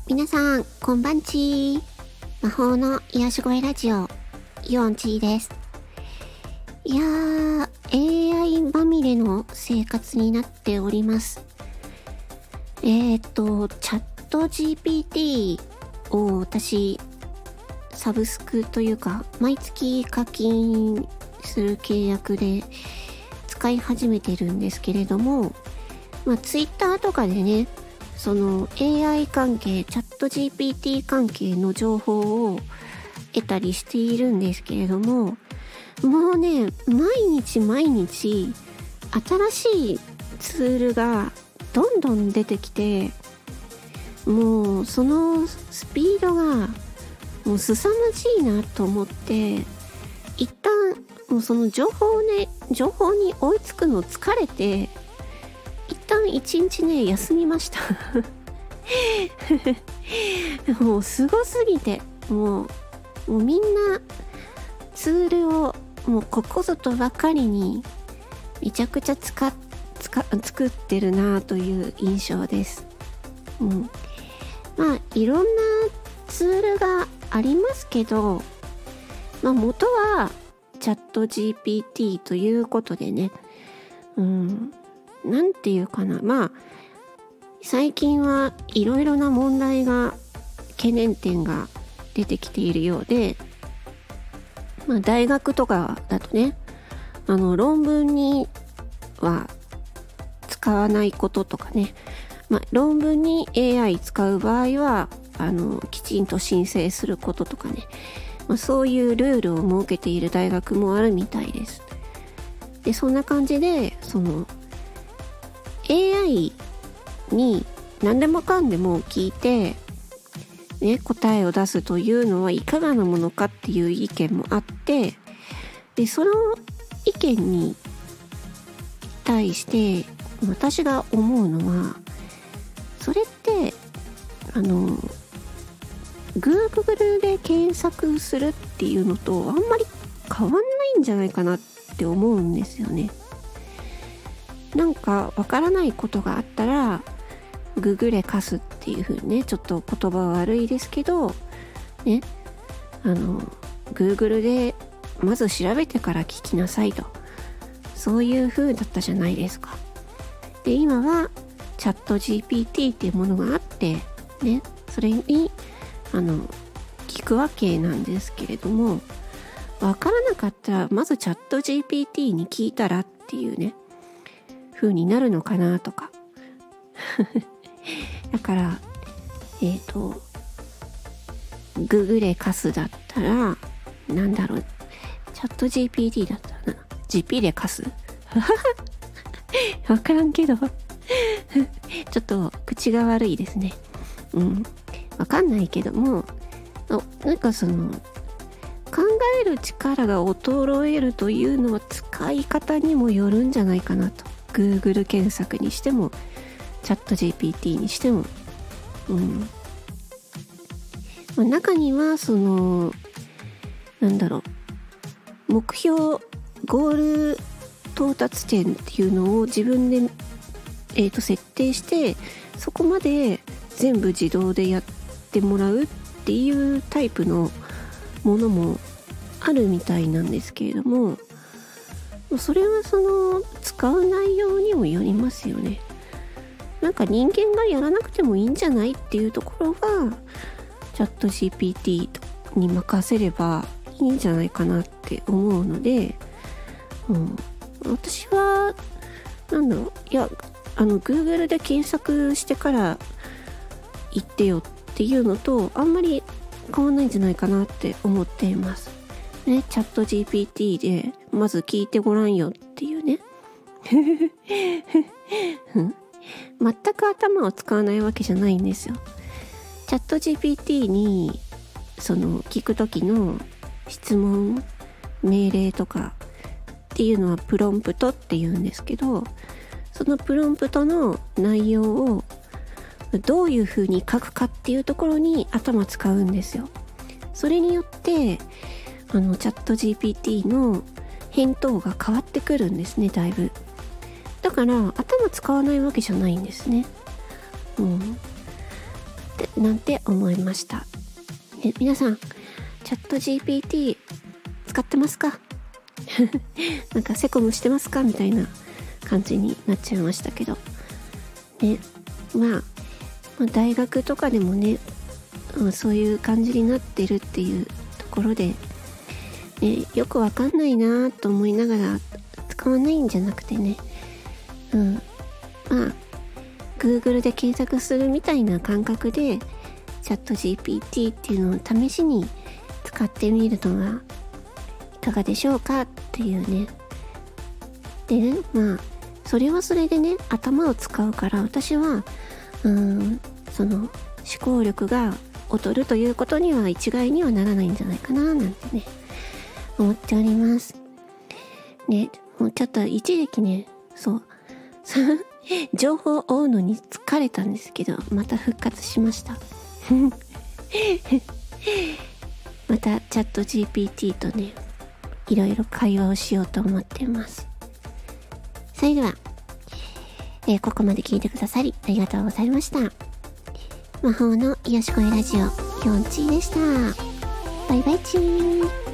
皆さんこんばんちー。魔法の癒し声ラジオイオンチーです。いやー AI まみれの生活になっております。チャット GPT を私サブスクというか毎月課金する契約で使い始めてるんですけれども、Twitter とかでね、その AI 関係、チャット GPT 関係の情報を得たりしているんですけれども、もうね、毎日新しいツールがどんどん出てきて、もうそのスピードがもう凄まじいなと思って、一旦もうその情報に追いつくの疲れて、一旦一日ね休みましたもうすごすぎて、もうみんなツールをもうここぞとばかりにめちゃくちゃ作ってるなという印象です。いろんなツールがありますけど、元はチャット GPT ということでね、なんていうかな、最近はいろいろな問題が、懸念点が出てきているようで、大学とかだとね、論文には使わないこととかね、論文に AI 使う場合はきちんと申請することとかね、そういうルールを設けている大学もあるみたいです。で、そんな感じでそのAI に何でもかんでも聞いて、答えを出すというのはいかがなものかっていう意見もあって、でその意見に対して私が思うのは、それってGoogle で検索するっていうのとあんまり変わんないんじゃないかなって思うんですよね。なんかわからないことがあったらググれかすっていう風にね、ちょっと言葉は悪いですけどね、Google でまず調べてから聞きなさいと、そういう風だったじゃないですか。で、今はチャット GPT っていうものがあってね、それに聞くわけなんですけれども、わからなかったらまずチャット GPT に聞いたらっていうね風になるのかなとかだからググレカスだったらなんだろう、チャット GPT だったらな、ジピレカスわからんけどちょっと口が悪いですね。わかんないけども、なんかその考える力が衰えるというのは使い方にもよるんじゃないかなと。 Google 検索にしてもチャット GPT にしても、中にはその目標ゴール到達点っていうのを自分で、設定して、そこまで全部自動でやってもらうっていうタイプのものもあるみたいなんですけれども、それはその使う内容にもよりますよね。なんか人間がやらなくてもいいんじゃないっていうところがチャット GPT に任せればいいんじゃないかなって思うので、私はGoogle で検索してから言ってよっていうのとあんまり変わんないんじゃないかなって思っていますね。チャット GPT でまず聞いてごらんよっていうね全く頭を使わないわけじゃないんですよ。チャット GPT にその聞く時の質問命令とかっていうのはプロンプトっていうんですけど、そのプロンプトの内容をどういう風に書くかっていうところに頭使うんですよ。それによってチャット GPT の返答が変わってくるんですね、だいぶ。だから頭使わないわけじゃないんですね。 なんて思いました。ね、皆さん、チャット GPT 使ってますか？なんかセコムしてますかみたいな感じになっちゃいましたけど。ね、まあ大学とかでもね、そういう感じになってるっていうところで、ね、よくわかんないなと思いながら使わないんじゃなくてね、まあ Google で検索するみたいな感覚でチャット GPT っていうのを試しに使ってみるのはいかがでしょうかっていうね。でね、まあそれはそれでね、頭を使うから私はその思考力が劣るということには一概にはならないんじゃないかななんてね思っておりますね。もうちょっと一時期ね、そう情報を追うのに疲れたんですけど、また復活しましたまたチャット GPT とねいろいろ会話をしようと思っています。それでは、ここまで聞いてくださりありがとうございました。魔法の癒し声ラジオ、ヨンチーでした。バイバイチー。